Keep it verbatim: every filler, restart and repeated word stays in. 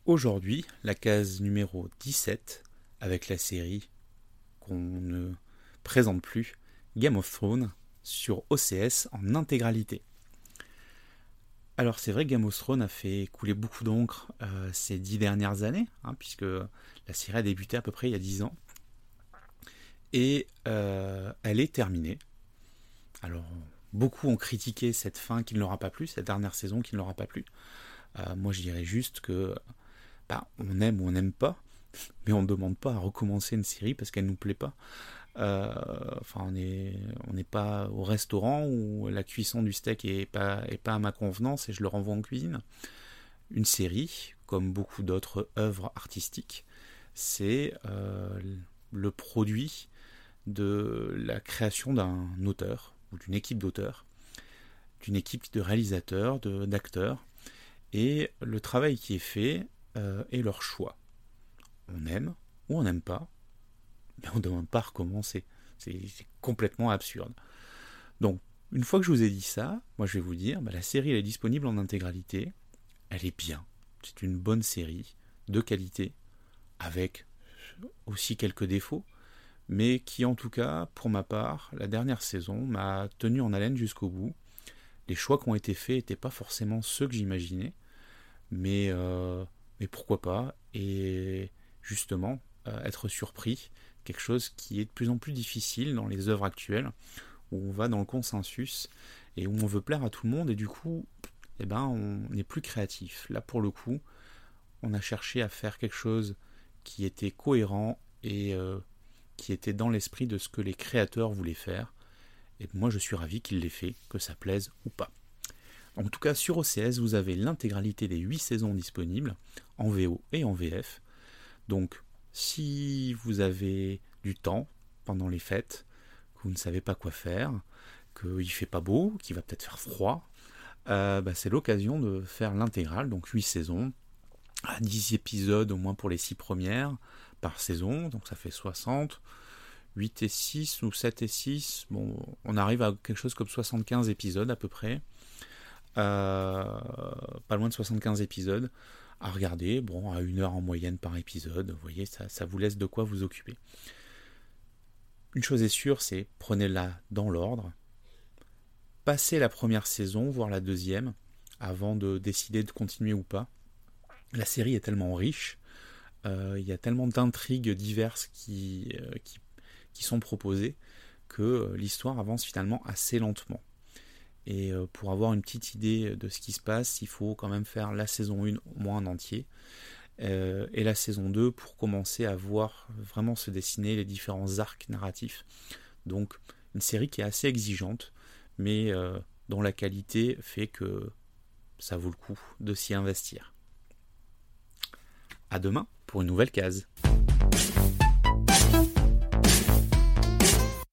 aujourd'hui la case numéro dix-sept avec la série qu'on ne présente plus, Game of Thrones, sur O C S en intégralité. Alors c'est vrai que Game of Thrones a fait couler beaucoup d'encre euh, ces dix dernières années, hein, puisque la série a débuté à peu près il y a dix ans. Et euh, elle est terminée. Alors beaucoup ont critiqué cette fin qui ne leur a pas plu, cette dernière saison qui ne leur a pas plu. Euh, moi je dirais juste que bah, on aime ou on n'aime pas, mais on ne demande pas à recommencer une série parce qu'elle ne nous plaît pas. Euh, enfin, on n'est on n'est pas au restaurant où la cuisson du steak est pas, est pas à ma convenance et je le renvoie en cuisine. Une série, comme beaucoup d'autres œuvres artistiques, c'est euh, le produit de la création d'un auteur ou d'une équipe d'auteurs, d'une équipe de réalisateurs, de, d'acteurs, et le travail qui est fait euh, est leur choix. On aime ou on n'aime pas, mais on ne demande pas à recommencer. C'est, c'est complètement absurde. Donc, une fois que je vous ai dit ça, moi je vais vous dire, bah, la série elle est disponible en intégralité, elle est bien. C'est une bonne série, de qualité, avec aussi quelques défauts, mais qui en tout cas, pour ma part, la dernière saison m'a tenu en haleine jusqu'au bout. Les choix qui ont été faits n'étaient pas forcément ceux que j'imaginais, mais, euh, mais pourquoi pas, et justement, euh, être surpris, quelque chose qui est de plus en plus difficile dans les œuvres actuelles, où on va dans le consensus, et où on veut plaire à tout le monde, et du coup, eh ben, on n'est plus créatif. Là, pour le coup, on a cherché à faire quelque chose qui était cohérent, et euh, qui était dans l'esprit de ce que les créateurs voulaient faire, et moi je suis ravi qu'ils l'aient fait, que ça plaise ou pas. En tout cas, sur O C S, vous avez l'intégralité des huit saisons disponibles, en V O et en V F. Donc, si vous avez du temps pendant les fêtes, que vous ne savez pas quoi faire, qu'il ne fait pas beau, qu'il va peut-être faire froid, euh, bah, c'est l'occasion de faire l'intégrale, donc huit saisons, à dix épisodes au moins pour les six premières par saison, donc ça fait soixante, huit et six ou sept et six, bon, on arrive à quelque chose comme soixante-quinze épisodes à peu près. Euh, pas loin de soixante-quinze épisodes à regarder, bon, à une heure en moyenne par épisode, vous voyez, ça, ça vous laisse de quoi vous occuper. Une chose est sûre, c'est prenez-la dans l'ordre, passez la première saison, voire la deuxième, avant de décider de continuer ou pas. La série est tellement riche, euh, il y a tellement d'intrigues diverses qui, euh, qui, qui sont proposées, que l'histoire avance finalement assez lentement. Et pour avoir une petite idée de ce qui se passe, il faut quand même faire la saison un au moins en entier. Euh, et la saison deux pour commencer à voir vraiment se dessiner les différents arcs narratifs. Donc une série qui est assez exigeante, mais euh, dont la qualité fait que ça vaut le coup de s'y investir. À demain pour une nouvelle case.